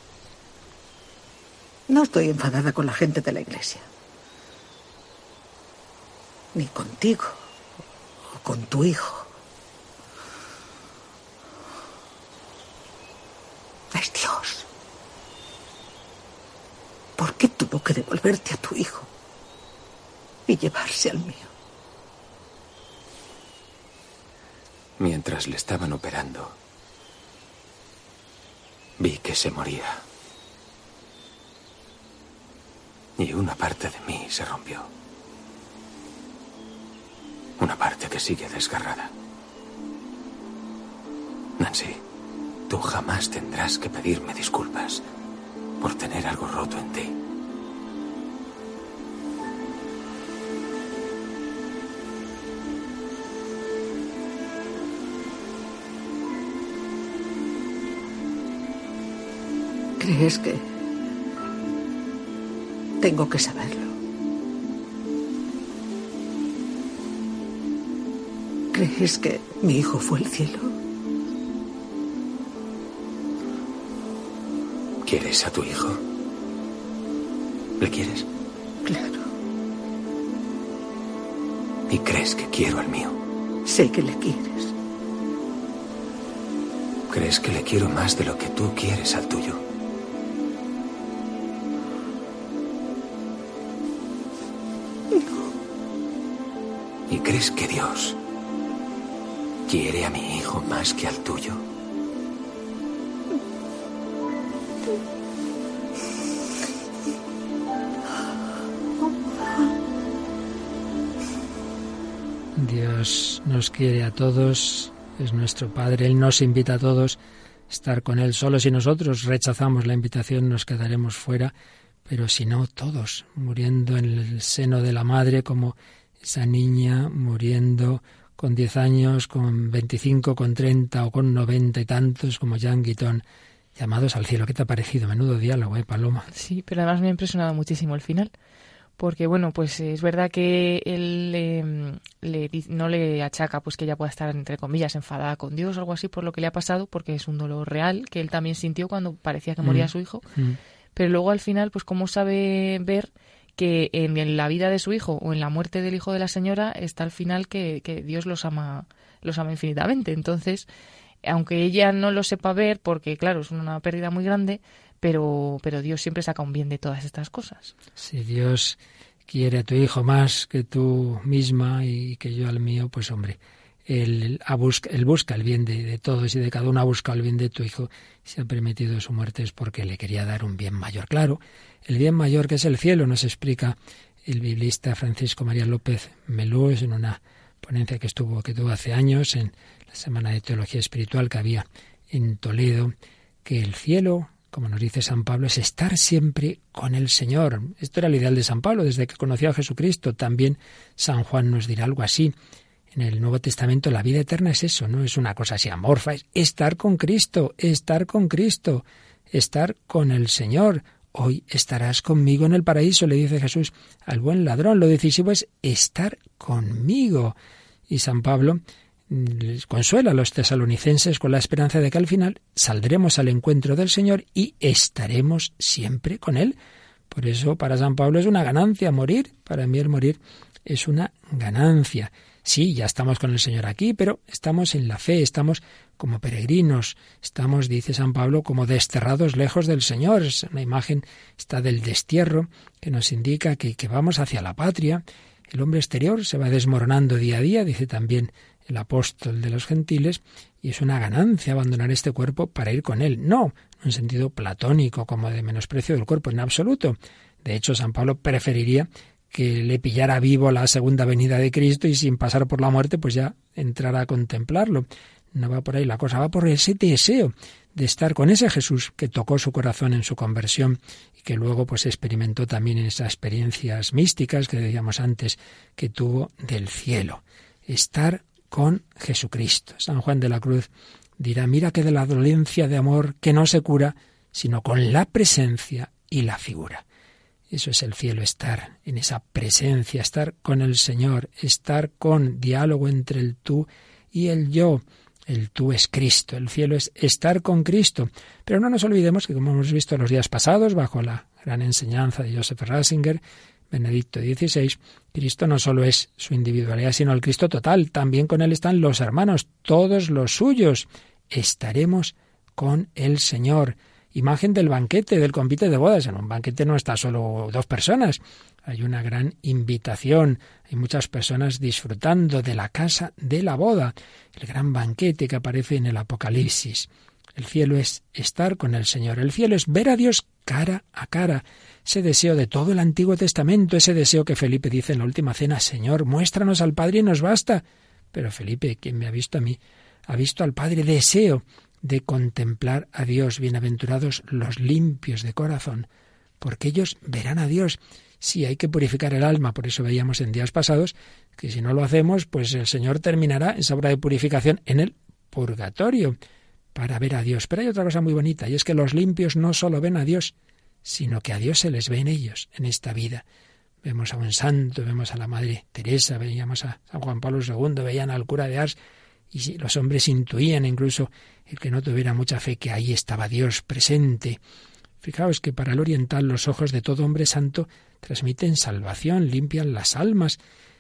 No estoy enfadada con la gente de la iglesia. Ni contigo o con tu hijo. Es Dios. ¿Por qué tuvo que devolverte a tu hijo y llevarse al mío? Mientras le estaban operando, vi que se moría. Y una parte de mí se rompió. Una parte que sigue desgarrada. Nancy, tú jamás tendrás que pedirme disculpas por tener algo roto en ti. ¿Crees que tengo que saberlo? ¿Crees que mi hijo fue el cielo? ¿Quieres a tu hijo? ¿Le quieres? Claro. ¿Y crees que quiero al mío? Sé que le quieres. ¿Crees que le quiero más de lo que tú quieres al tuyo? No. ¿Y crees que Dios quiere a mi hijo más que al tuyo? Dios nos quiere a todos, es nuestro Padre, Él nos invita a todos a estar con Él solos. Si nosotros rechazamos la invitación nos quedaremos fuera, pero si no, todos, muriendo en el seno de la madre, como esa niña muriendo con 10 años, con 25, con 30 o con 90 y tantos, como Jean Guiton, llamados al cielo. ¿Qué te ha parecido? Menudo diálogo, Paloma. Sí, pero además me ha impresionado muchísimo el final. Porque, bueno, pues es verdad que él no le achaca pues que ella pueda estar, entre comillas, enfadada con Dios o algo así por lo que le ha pasado, porque es un dolor real que él también sintió cuando parecía que moría su hijo. Pero luego al final, pues cómo sabe ver que en la vida de su hijo o en la muerte del hijo de la señora está al final que Dios los ama infinitamente. Entonces, aunque ella no lo sepa ver, porque claro, es una pérdida muy grande, pero Dios siempre saca un bien de todas estas cosas. Si Dios quiere a tu hijo más que tú misma y que yo al mío, pues hombre, Él busca el bien de todos y de cada uno, ha buscado el bien de tu hijo. Si ha permitido su muerte es porque le quería dar un bien mayor. Claro, el bien mayor que es el cielo, nos explica el biblista Francisco María López Melús en una ponencia que tuvo hace años en la Semana de Teología Espiritual que había en Toledo, que el cielo, como nos dice San Pablo, es estar siempre con el Señor. Esto era el ideal de San Pablo desde que conoció a Jesucristo. También San Juan nos dirá algo así. En el Nuevo Testamento la vida eterna es eso, no es una cosa así amorfa, es estar con Cristo, estar con el Señor. Hoy estarás conmigo en el paraíso, le dice Jesús al buen ladrón. Lo decisivo es estar conmigo. Y San Pablo les consuela a los tesalonicenses con la esperanza de que al final saldremos al encuentro del Señor y estaremos siempre con Él. Por eso para San Pablo es una ganancia morir. Para mí el morir es una ganancia. Sí, ya estamos con el Señor aquí, pero estamos en la fe, estamos como peregrinos, estamos, dice San Pablo, como desterrados lejos del Señor. Es una imagen está del destierro que nos indica que vamos hacia la patria. El hombre exterior se va desmoronando día a día, dice también el apóstol de los gentiles, y es una ganancia abandonar este cuerpo para ir con él. No, en un sentido platónico, como de menosprecio del cuerpo, en absoluto. De hecho, San Pablo preferiría que le pillara vivo la segunda venida de Cristo y sin pasar por la muerte, pues ya entrara a contemplarlo. No va por ahí la cosa, va por ese deseo de estar con ese Jesús que tocó su corazón en su conversión y que luego pues experimentó también en esas experiencias místicas que decíamos antes que tuvo del cielo. Estar con Jesucristo. San Juan de la Cruz dirá, mira que de la dolencia de amor que no se cura, sino con la presencia y la figura. Eso es el cielo, estar en esa presencia, estar con el Señor, estar con diálogo entre el tú y el yo. El tú es Cristo, el cielo es estar con Cristo. Pero no nos olvidemos que, como hemos visto los días pasados, bajo la gran enseñanza de Joseph Ratzinger, Benedicto XVI, Cristo no solo es su individualidad, sino el Cristo total. También con Él están los hermanos, todos los suyos. Estaremos con el Señor. Imagen del banquete, del convite de bodas. En un banquete no está solo dos personas. Hay una gran invitación. Hay muchas personas disfrutando de la casa de la boda. El gran banquete que aparece en el Apocalipsis. El cielo es estar con el Señor. El cielo es ver a Dios cara a cara. Ese deseo de todo el Antiguo Testamento, ese deseo que Felipe dice en la última cena, Señor, muéstranos al Padre y nos basta. Pero Felipe, quien me ha visto a mí, ha visto al Padre. Deseo de contemplar a Dios. Bienaventurados los limpios de corazón, porque ellos verán a Dios. Sí, hay que purificar el alma, por eso veíamos en días pasados que si no lo hacemos, pues el Señor terminará esa obra de purificación en el purgatorio para ver a Dios. Pero hay otra cosa muy bonita, y es que los limpios no solo ven a Dios, sino que a Dios se les ve en ellos, en esta vida. Vemos a un santo, vemos a la Madre Teresa, veíamos a San Juan Pablo II, veían al cura de Ars, y si los hombres intuían, incluso el que no tuviera mucha fe, que ahí estaba Dios presente. Fijaos que para el oriental los ojos de todo hombre santo transmiten salvación, limpian las almas.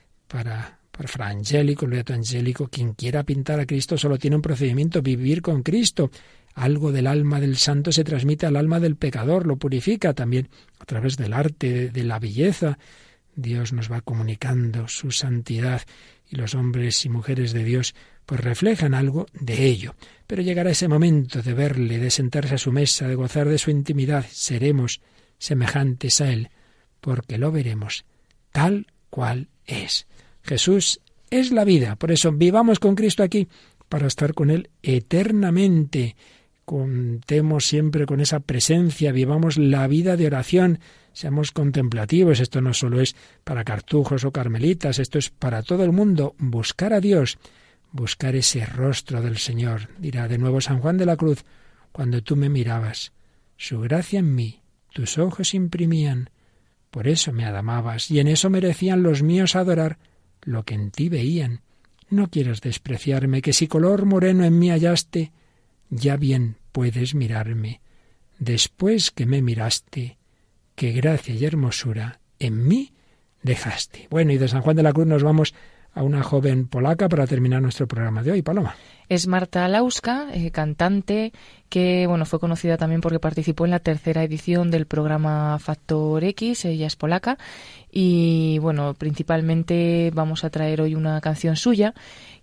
Para Fra Angelico, el Beato Angelico, quien quiera pintar a Cristo solo tiene un procedimiento, vivir con Cristo. Algo del alma del santo se transmite al alma del pecador, lo purifica también a través del arte, de la belleza. Dios nos va comunicando su santidad y los hombres y mujeres de Dios pues reflejan algo de ello. Pero llegará ese momento de verle, de sentarse a su mesa, de gozar de su intimidad. Seremos semejantes a Él, porque lo veremos tal cual es. Jesús es la vida, por eso vivamos con Cristo aquí, para estar con Él eternamente. Contemos siempre con esa presencia, vivamos la vida de oración, seamos contemplativos. Esto no solo es para cartujos o carmelitas, esto es para todo el mundo. Buscar a Dios, buscar ese rostro del Señor. Dirá de nuevo San Juan de la Cruz, cuando tú me mirabas, su gracia en mí, tus ojos imprimían, por eso me adamabas, y en eso merecían los míos adorar lo que en ti veían. No quieras despreciarme, que si color moreno en mí hallaste, ya bien puedes mirarme. Después que me miraste, qué gracia y hermosura en mí dejaste. Bueno, y de San Juan de la Cruz nos vamos a una joven polaca para terminar nuestro programa de hoy. Paloma. Es Marta Lauska, cantante, que fue conocida también porque participó en la tercera edición del programa Factor X. Ella es polaca y principalmente vamos a traer hoy una canción suya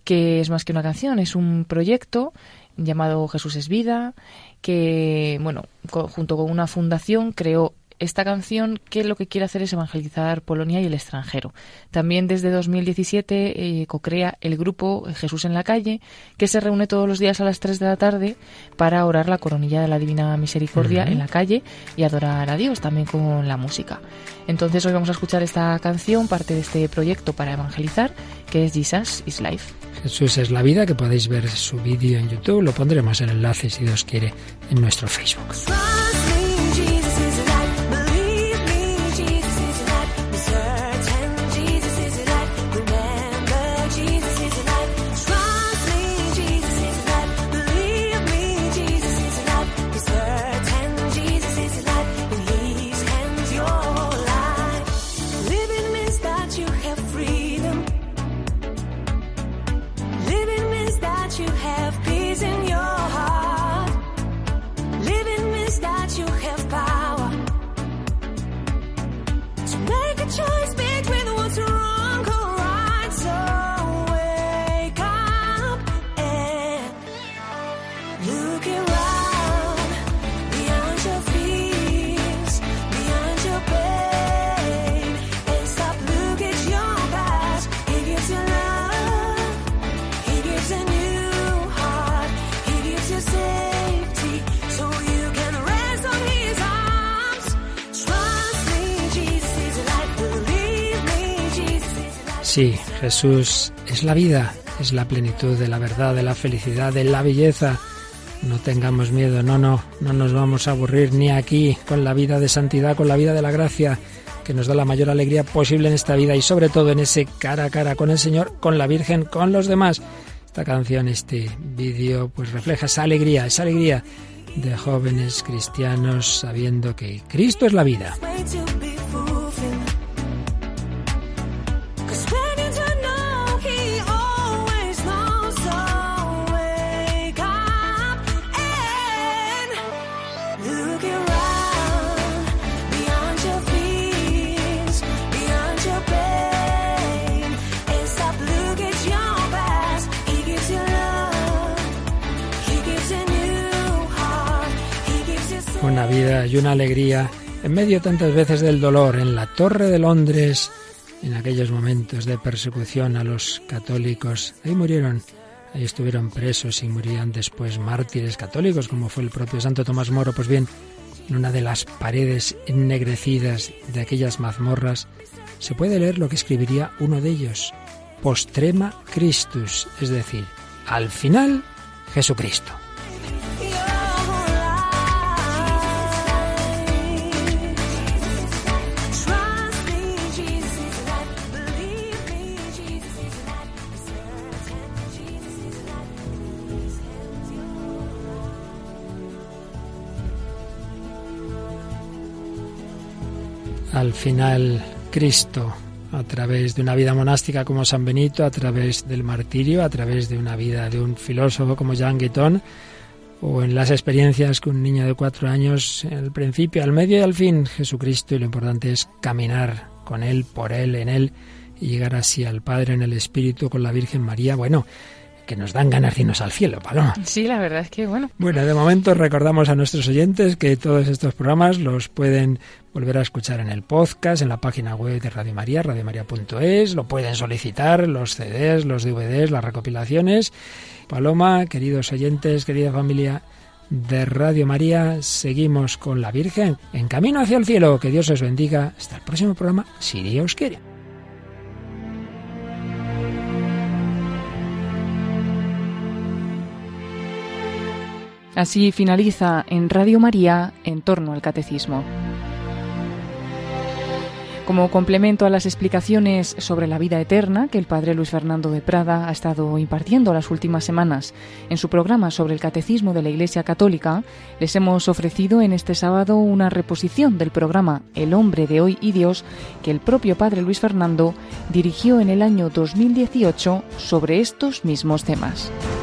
que es más que una canción, es un proyecto llamado Jesús es Vida, que, bueno, junto con una fundación creó esta canción, que lo que quiere hacer es evangelizar Polonia y el extranjero. También desde 2017 co-crea el grupo Jesús en la calle, que se reúne todos los días a las 3 de la tarde para orar la coronilla de la Divina Misericordia en la calle y adorar a Dios también con la música. Entonces hoy vamos a escuchar esta canción, parte de este proyecto para evangelizar, que es Jesus is Life. Jesús es la vida, que podéis ver su vídeo en YouTube. Lo pondremos el enlace, si Dios quiere, en nuestro Facebook. Sí, Jesús es la vida, es la plenitud de la verdad, de la felicidad, de la belleza. No tengamos miedo, no nos vamos a aburrir ni aquí con la vida de santidad, con la vida de la gracia, que nos da la mayor alegría posible en esta vida y sobre todo en ese cara a cara con el Señor, con la Virgen, con los demás. Esta canción, este vídeo, pues refleja esa alegría de jóvenes cristianos sabiendo que Cristo es la vida. Una vida y una alegría en medio tantas veces del dolor. En la Torre de Londres, en aquellos momentos de persecución a los católicos, ahí murieron, ahí estuvieron presos y murieron después mártires católicos, como fue el propio Santo Tomás Moro. Pues bien, en una de las paredes ennegrecidas de aquellas mazmorras se puede leer lo que escribiría uno de ellos: Postrema Christus, es decir, al final Jesucristo. Al final, Cristo, a través de una vida monástica como San Benito, a través del martirio, a través de una vida de un filósofo como Jean Guiton, o en las experiencias que un niño de 4 años, al principio, al medio y al fin, Jesucristo, y lo importante es caminar con Él, por Él, en Él, y llegar así al Padre en el Espíritu con la Virgen María. Bueno, que nos dan ganas de irnos al cielo, Paloma. Sí, la verdad es que bueno. Bueno, de momento recordamos a nuestros oyentes que todos estos programas los pueden volver a escuchar en el podcast, en la página web de Radio María, radiomaria.es, lo pueden solicitar, los CDs, los DVDs, las recopilaciones. Paloma, queridos oyentes, querida familia de Radio María, seguimos con la Virgen en camino hacia el cielo. Que Dios os bendiga. Hasta el próximo programa, si Dios quiere. Así finaliza en Radio María En torno al Catecismo. Como complemento a las explicaciones sobre la vida eterna que el padre Luis Fernando de Prada ha estado impartiendo las últimas semanas en su programa sobre el Catecismo de la Iglesia Católica, les hemos ofrecido en este sábado una reposición del programa El hombre de hoy y Dios que el propio padre Luis Fernando dirigió en el año 2018 sobre estos mismos temas.